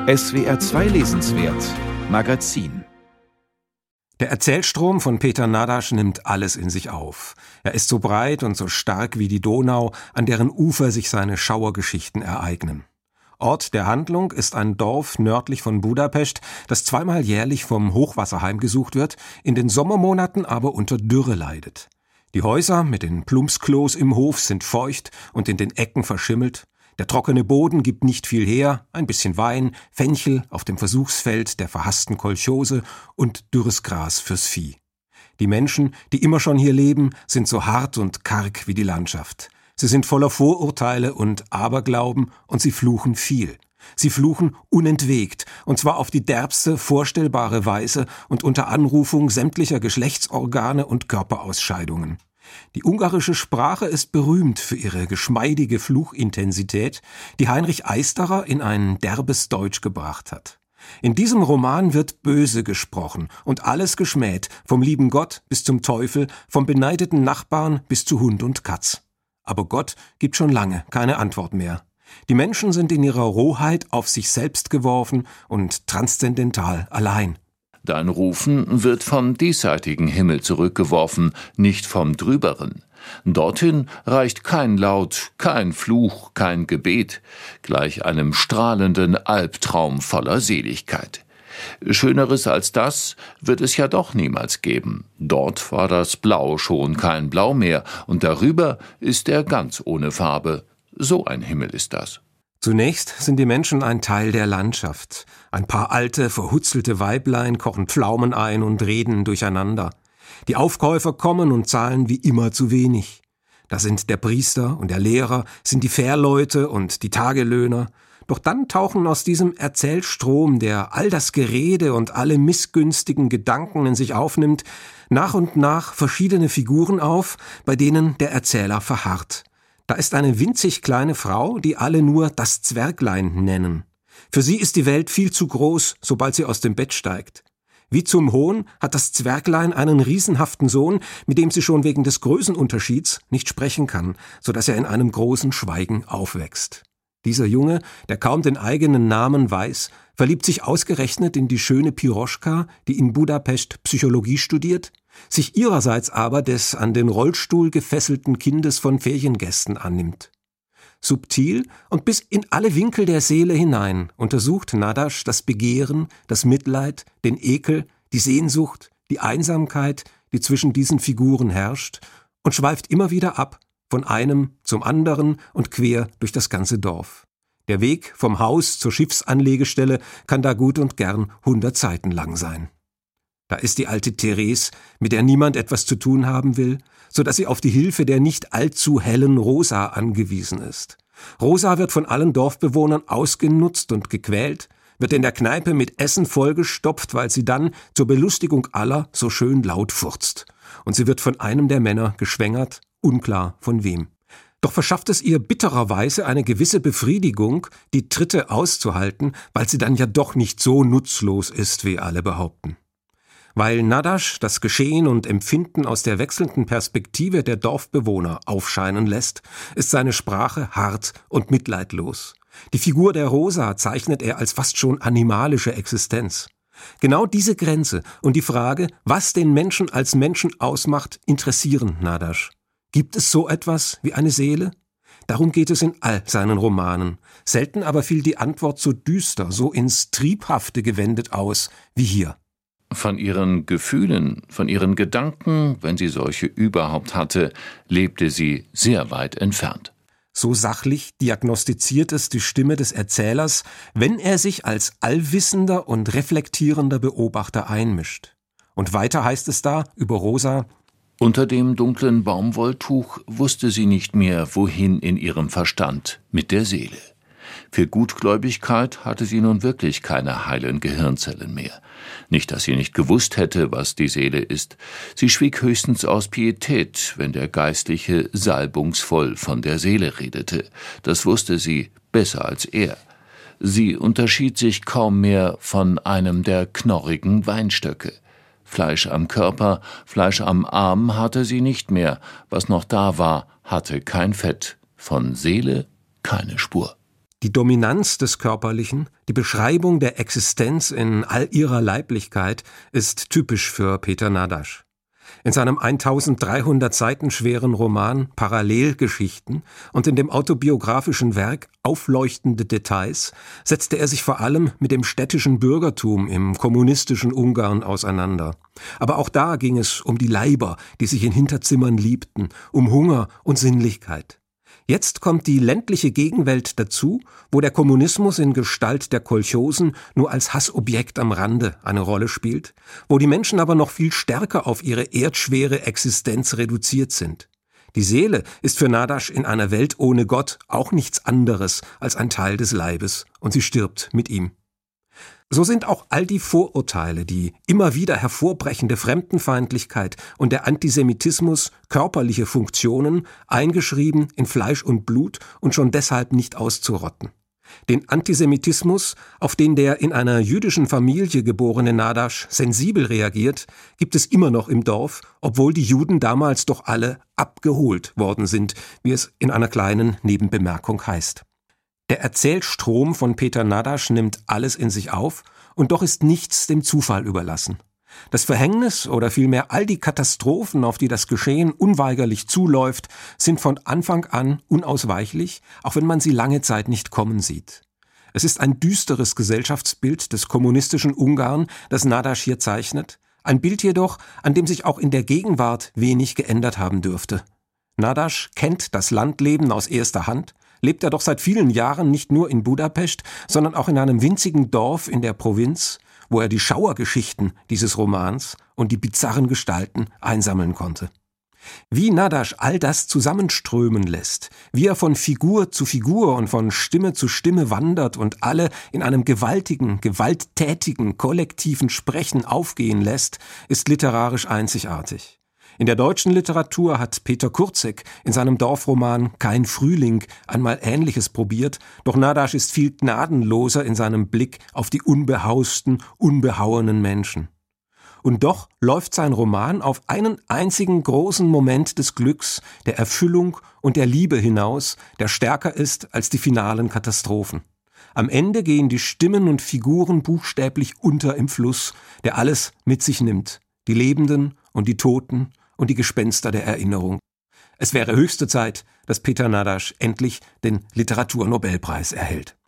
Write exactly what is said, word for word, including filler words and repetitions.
S W R zwei Lesenswert Magazin. Der Erzählstrom von Peter Nadasch nimmt alles in sich auf. Er ist so breit und so stark wie die Donau, an deren Ufer sich seine Schauergeschichten ereignen. Ort der Handlung ist ein Dorf nördlich von Budapest, das zweimal jährlich vom Hochwasser heimgesucht wird, in den Sommermonaten aber unter Dürre leidet. Die Häuser mit den Plumpsklos im Hof sind feucht und in den Ecken verschimmelt. Der trockene Boden gibt nicht viel her, ein bisschen Wein, Fenchel auf dem Versuchsfeld der verhassten Kolchose und dürres Gras fürs Vieh. Die Menschen, die immer schon hier leben, sind so hart und karg wie die Landschaft. Sie sind voller Vorurteile und Aberglauben und sie fluchen viel. Sie fluchen unentwegt, und zwar auf die derbste vorstellbare Weise und unter Anrufung sämtlicher Geschlechtsorgane und Körperausscheidungen. Die ungarische Sprache ist berühmt für ihre geschmeidige Fluchintensität, die Heinrich Eisterer in ein derbes Deutsch gebracht hat. In diesem Roman wird böse gesprochen und alles geschmäht, vom lieben Gott bis zum Teufel, vom beneideten Nachbarn bis zu Hund und Katz. Aber Gott gibt schon lange keine Antwort mehr. Die Menschen sind in ihrer Rohheit auf sich selbst geworfen und transzendental allein. Dein Rufen wird vom diesseitigen Himmel zurückgeworfen, nicht vom drüberen. Dorthin reicht kein Laut, kein Fluch, kein Gebet, gleich einem strahlenden Albtraum voller Seligkeit. Schöneres als das wird es ja doch niemals geben. Dort war das Blau schon kein Blau mehr, und darüber ist er ganz ohne Farbe. So ein Himmel ist das. Zunächst sind die Menschen ein Teil der Landschaft. Ein paar alte, verhutzelte Weiblein kochen Pflaumen ein und reden durcheinander. Die Aufkäufer kommen und zahlen wie immer zu wenig. Da sind der Priester und der Lehrer, sind die Fährleute und die Tagelöhner. Doch dann tauchen aus diesem Erzählstrom, der all das Gerede und alle missgünstigen Gedanken in sich aufnimmt, nach und nach verschiedene Figuren auf, bei denen der Erzähler verharrt. Da ist eine winzig kleine Frau, die alle nur das Zwerglein nennen. Für sie ist die Welt viel zu groß, sobald sie aus dem Bett steigt. Wie zum Hohn hat das Zwerglein einen riesenhaften Sohn, mit dem sie schon wegen des Größenunterschieds nicht sprechen kann, so dass er in einem großen Schweigen aufwächst. Dieser Junge, der kaum den eigenen Namen weiß, verliebt sich ausgerechnet in die schöne Piroschka, die in Budapest Psychologie studiert, sich ihrerseits aber des an den Rollstuhl gefesselten Kindes von Feriengästen annimmt. Subtil und bis in alle Winkel der Seele hinein untersucht Nadasch das Begehren, das Mitleid, den Ekel, die Sehnsucht, die Einsamkeit, die zwischen diesen Figuren herrscht, und schweift immer wieder ab, von einem zum anderen und quer durch das ganze Dorf. Der Weg vom Haus zur Schiffsanlegestelle kann da gut und gern hundert Seiten lang sein. Da ist die alte Therese, mit der niemand etwas zu tun haben will, so dass sie auf die Hilfe der nicht allzu hellen Rosa angewiesen ist. Rosa wird von allen Dorfbewohnern ausgenutzt und gequält, wird in der Kneipe mit Essen vollgestopft, weil sie dann zur Belustigung aller so schön laut furzt. Und sie wird von einem der Männer geschwängert, unklar von wem. Doch verschafft es ihr bittererweise eine gewisse Befriedigung, die Tritte auszuhalten, weil sie dann ja doch nicht so nutzlos ist, wie alle behaupten. Weil Nadasch das Geschehen und Empfinden aus der wechselnden Perspektive der Dorfbewohner aufscheinen lässt, ist seine Sprache hart und mitleidlos. Die Figur der Rosa zeichnet er als fast schon animalische Existenz. Genau diese Grenze und die Frage, was den Menschen als Menschen ausmacht, interessieren Nadasch. Gibt es so etwas wie eine Seele? Darum geht es in all seinen Romanen. Selten aber fiel die Antwort so düster, so ins Triebhafte gewendet aus wie hier. Von ihren Gefühlen, von ihren Gedanken, wenn sie solche überhaupt hatte, lebte sie sehr weit entfernt. So sachlich diagnostiziert es die Stimme des Erzählers, wenn er sich als allwissender und reflektierender Beobachter einmischt. Und weiter heißt es da über Rosa: Unter dem dunklen Baumwolltuch wusste sie nicht mehr, wohin in ihrem Verstand mit der Seele. Für Gutgläubigkeit hatte sie nun wirklich keine heilen Gehirnzellen mehr. Nicht, dass sie nicht gewusst hätte, was die Seele ist. Sie schwieg höchstens aus Pietät, wenn der Geistliche salbungsvoll von der Seele redete. Das wusste sie besser als er. Sie unterschied sich kaum mehr von einem der knorrigen Weinstöcke. Fleisch am Körper, Fleisch am Arm hatte sie nicht mehr. Was noch da war, hatte kein Fett. Von Seele keine Spur. Die Dominanz des Körperlichen, die Beschreibung der Existenz in all ihrer Leiblichkeit ist typisch für Peter Nadasch. In seinem eintausenddreihundert Seiten schweren Roman Parallelgeschichten und in dem autobiografischen Werk Aufleuchtende Details setzte er sich vor allem mit dem städtischen Bürgertum im kommunistischen Ungarn auseinander. Aber auch da ging es um die Leiber, die sich in Hinterzimmern liebten, um Hunger und Sinnlichkeit. Jetzt kommt die ländliche Gegenwelt dazu, wo der Kommunismus in Gestalt der Kolchosen nur als Hassobjekt am Rande eine Rolle spielt, wo die Menschen aber noch viel stärker auf ihre erdschwere Existenz reduziert sind. Die Seele ist für Nadasch in einer Welt ohne Gott auch nichts anderes als ein Teil des Leibes, und sie stirbt mit ihm. So sind auch all die Vorurteile, die immer wieder hervorbrechende Fremdenfeindlichkeit und der Antisemitismus körperliche Funktionen, eingeschrieben in Fleisch und Blut und schon deshalb nicht auszurotten. Den Antisemitismus, auf den der in einer jüdischen Familie geborene Nadasch sensibel reagiert, gibt es immer noch im Dorf, obwohl die Juden damals doch alle abgeholt worden sind, wie es in einer kleinen Nebenbemerkung heißt. Der Erzählstrom von Peter Nadasch nimmt alles in sich auf, und doch ist nichts dem Zufall überlassen. Das Verhängnis oder vielmehr all die Katastrophen, auf die das Geschehen unweigerlich zuläuft, sind von Anfang an unausweichlich, auch wenn man sie lange Zeit nicht kommen sieht. Es ist ein düsteres Gesellschaftsbild des kommunistischen Ungarn, das Nadasch hier zeichnet, ein Bild jedoch, an dem sich auch in der Gegenwart wenig geändert haben dürfte. Nadasch kennt das Landleben aus erster Hand, lebt er doch seit vielen Jahren nicht nur in Budapest, sondern auch in einem winzigen Dorf in der Provinz, wo er die Schauergeschichten dieses Romans und die bizarren Gestalten einsammeln konnte. Wie Nadasch all das zusammenströmen lässt, wie er von Figur zu Figur und von Stimme zu Stimme wandert und alle in einem gewaltigen, gewalttätigen, kollektiven Sprechen aufgehen lässt, ist literarisch einzigartig. In der deutschen Literatur hat Peter Kurzek in seinem Dorfroman Kein Frühling einmal Ähnliches probiert, doch Nadasch ist viel gnadenloser in seinem Blick auf die unbehausten, unbehauenen Menschen. Und doch läuft sein Roman auf einen einzigen großen Moment des Glücks, der Erfüllung und der Liebe hinaus, der stärker ist als die finalen Katastrophen. Am Ende gehen die Stimmen und Figuren buchstäblich unter im Fluss, der alles mit sich nimmt, die Lebenden und die Toten und die Gespenster der Erinnerung. Es wäre höchste Zeit, dass Peter Nadasch endlich den Literaturnobelpreis erhält.